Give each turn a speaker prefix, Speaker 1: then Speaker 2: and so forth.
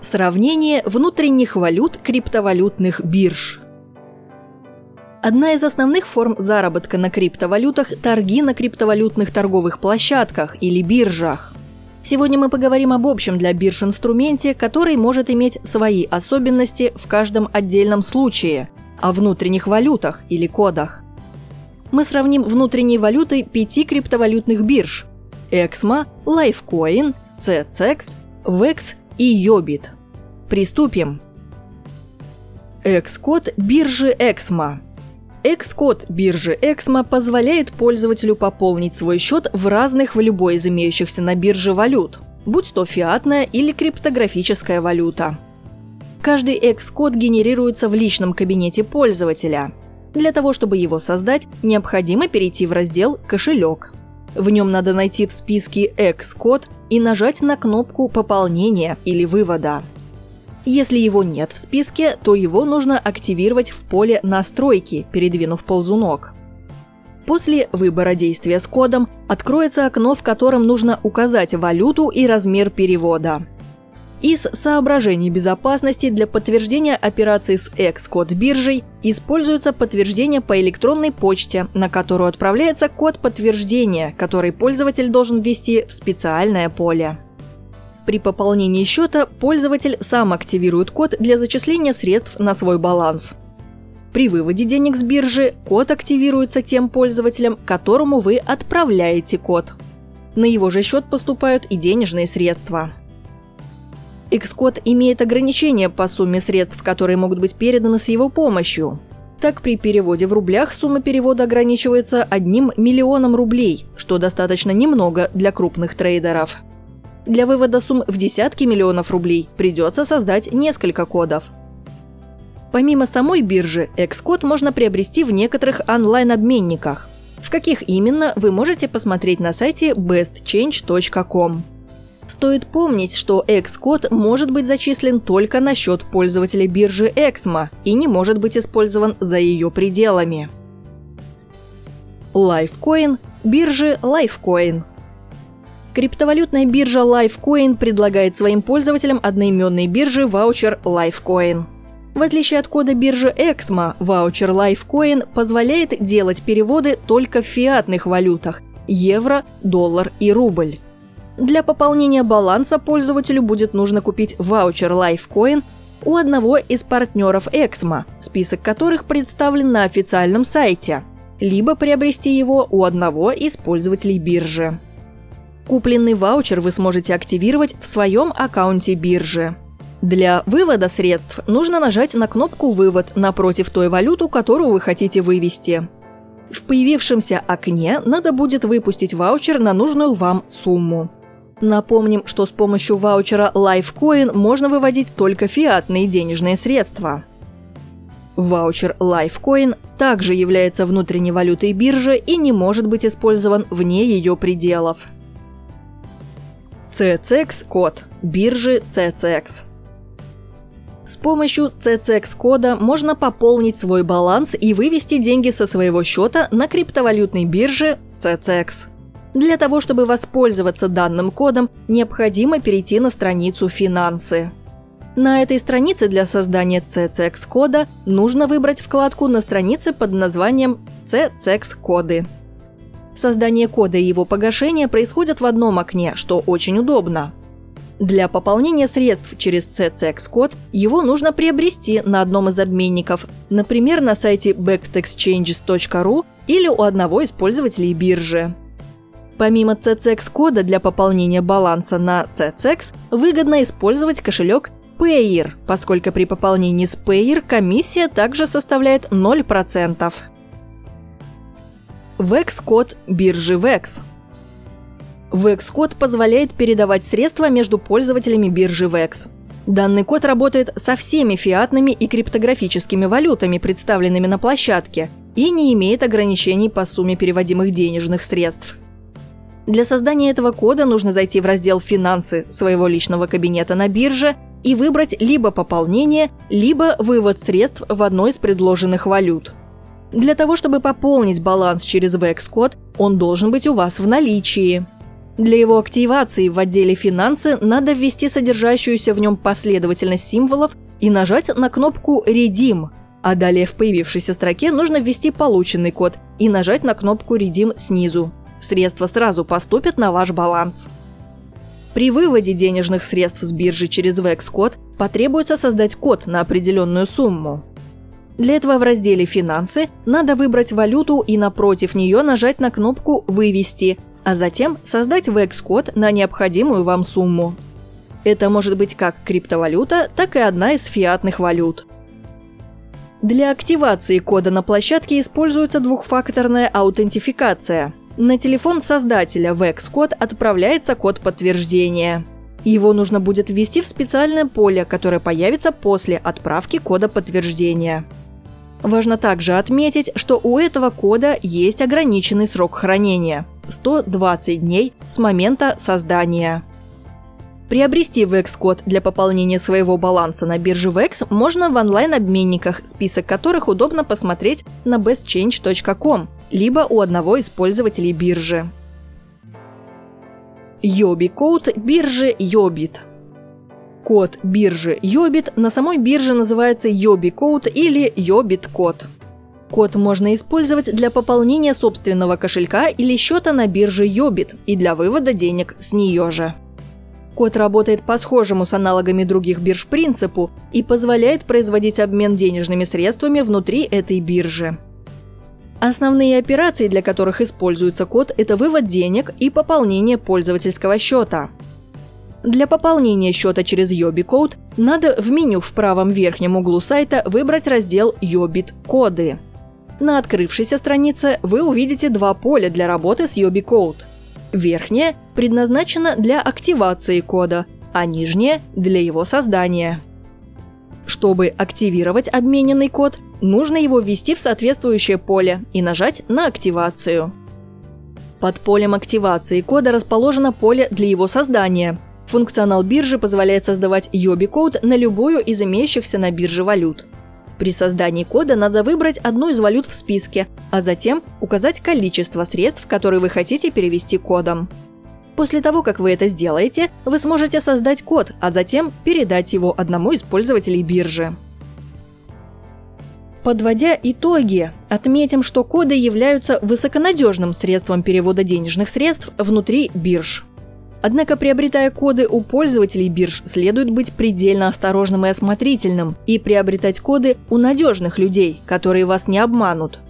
Speaker 1: Сравнение внутренних валют криптовалютных бирж. Одна из основных форм заработка на криптовалютах – торги на криптовалютных торговых площадках или биржах. Сегодня мы поговорим об общем для бирж инструменте, который может иметь свои особенности в каждом отдельном случае – о внутренних валютах или кодах. Мы сравним внутренние валюты 5 криптовалютных бирж – EXMA, Lifecoin, CCX, VEX и Yobit. Приступим. Экс-код биржи EXMA. Экс-код биржи EXMA позволяет пользователю пополнить свой счет в разных в любой из имеющихся на бирже валют, будь то фиатная или криптографическая валюта. Каждый экс-код генерируется в личном кабинете пользователя. Для того, чтобы его создать, необходимо перейти в раздел «Кошелек». В нем надо найти в списке экс-код и нажать на кнопку «Пополнение» или «Вывода». Если его нет в списке, то его нужно активировать в поле «Настройки», передвинув ползунок. После выбора действия с кодом откроется окно, в котором нужно указать валюту и размер перевода. Из соображений безопасности для подтверждения операции с экс-код биржей используется подтверждение по электронной почте, на которую отправляется код подтверждения, который пользователь должен ввести в специальное поле. При пополнении счета пользователь сам активирует код для зачисления средств на свой баланс. При выводе денег с биржи код активируется тем пользователем, которому вы отправляете код. На его же счет поступают и денежные средства. Экс-код имеет ограничения по сумме средств, которые могут быть переданы с его помощью. Так, при переводе в рублях сумма перевода ограничивается 1 миллионом рублей, что достаточно немного для крупных трейдеров. Для вывода сумм в десятки миллионов рублей придется создать несколько кодов. Помимо самой биржи, экс-код можно приобрести в некоторых онлайн-обменниках. В каких именно, вы можете посмотреть на сайте bestchange.com. Стоит помнить, что экс-код может быть зачислен только на счет пользователя биржи EXMA и не может быть использован за ее пределами. Lifecoin биржи Lifecoin. Криптовалютная биржа Lifecoin предлагает своим пользователям одноименной биржи ваучер Lifecoin. В отличие от кода биржи EXMA, ваучер Lifecoin позволяет делать переводы только в фиатных валютах – евро, доллар и рубль. Для пополнения баланса пользователю будет нужно купить ваучер Lifecoin у одного из партнеров EXMA, список которых представлен на официальном сайте, либо приобрести его у одного из пользователей биржи. Купленный ваучер вы сможете активировать в своем аккаунте биржи. Для вывода средств нужно нажать на кнопку «Вывод» напротив той валюты, которую вы хотите вывести. В появившемся окне надо будет выпустить ваучер на нужную вам сумму. Напомним, что с помощью ваучера Lifecoin можно выводить только фиатные денежные средства. Ваучер Lifecoin также является внутренней валютой биржи и не может быть использован вне ее пределов. CCX-код биржи CCX. С помощью CCX-кода можно пополнить свой баланс и вывести деньги со своего счета на криптовалютной бирже CCX. Для того, чтобы воспользоваться данным кодом, необходимо перейти на страницу «Финансы». На этой странице для создания CCX-кода нужно выбрать вкладку на странице под названием «CCX-коды». Создание кода и его погашение происходят в одном окне, что очень удобно. Для пополнения средств через CCX-код его нужно приобрести на одном из обменников, например, на сайте bestexchanges.ru или у одного из пользователей биржи. Помимо CCX-кода для пополнения баланса на CCX выгодно использовать кошелек Payeer, поскольку при пополнении с Payeer комиссия также составляет 0%. VEX-код биржи VEX. VEX-код позволяет передавать средства между пользователями биржи VEX. Данный код работает со всеми фиатными и криптографическими валютами, представленными на площадке, и не имеет ограничений по сумме переводимых денежных средств. Для создания этого кода нужно зайти в раздел «Финансы» своего личного кабинета на бирже и выбрать либо пополнение, либо вывод средств в одной из предложенных валют. Для того, чтобы пополнить баланс через VEX-код, он должен быть у вас в наличии. Для его активации в отделе «Финансы» надо ввести содержащуюся в нем последовательность символов и нажать на кнопку «Redeem», а далее в появившейся строке нужно ввести полученный код и нажать на кнопку «Redeem» снизу. Средства сразу поступят на ваш баланс. При выводе денежных средств с биржи через VEX-код потребуется создать код на определенную сумму. Для этого в разделе «Финансы» надо выбрать валюту и напротив нее нажать на кнопку «Вывести», а затем создать VEX-код на необходимую вам сумму. Это может быть как криптовалюта, так и одна из фиатных валют. Для активации кода на площадке используется двухфакторная аутентификация. На телефон создателя VEX-код отправляется код подтверждения. Его нужно будет ввести в специальное поле, которое появится после отправки кода подтверждения. Важно также отметить, что у этого кода есть ограниченный срок хранения – 120 дней с момента создания. Приобрести VEX-код для пополнения своего баланса на бирже VEX можно в онлайн-обменниках, список которых удобно посмотреть на bestchange.com, либо у одного из пользователей биржи. Yobi-код биржи Yobit. Код биржи Yobit на самой бирже называется Yobi-код или Yobit-код. Код можно использовать для пополнения собственного кошелька или счета на бирже Yobit и для вывода денег с нее же. Код работает по схожему с аналогами других бирж принципу и позволяет производить обмен денежными средствами внутри этой биржи. Основные операции, для которых используется код, это вывод денег и пополнение пользовательского счета. Для пополнения счета через Yobi-код надо в меню в правом верхнем углу сайта выбрать раздел «Yobit-коды». На открывшейся странице вы увидите два поля для работы с Yobi-код. Верхнее предназначено для активации кода, а нижнее – для его создания. Чтобы активировать обмененный код, нужно его ввести в соответствующее поле и нажать на активацию. Под полем активации кода расположено поле для его создания. Функционал биржи позволяет создавать Yobi-код на любую из имеющихся на бирже валют. При создании кода надо выбрать одну из валют в списке, а затем указать количество средств, которые вы хотите перевести кодом. После того, как вы это сделаете, вы сможете создать код, а затем передать его одному из пользователей биржи. Подводя итоги, отметим, что коды являются высоконадежным средством перевода денежных средств внутри бирж. Однако, приобретая коды у пользователей бирж, следует быть предельно осторожным и осмотрительным и приобретать коды у надежных людей, которые вас не обманут.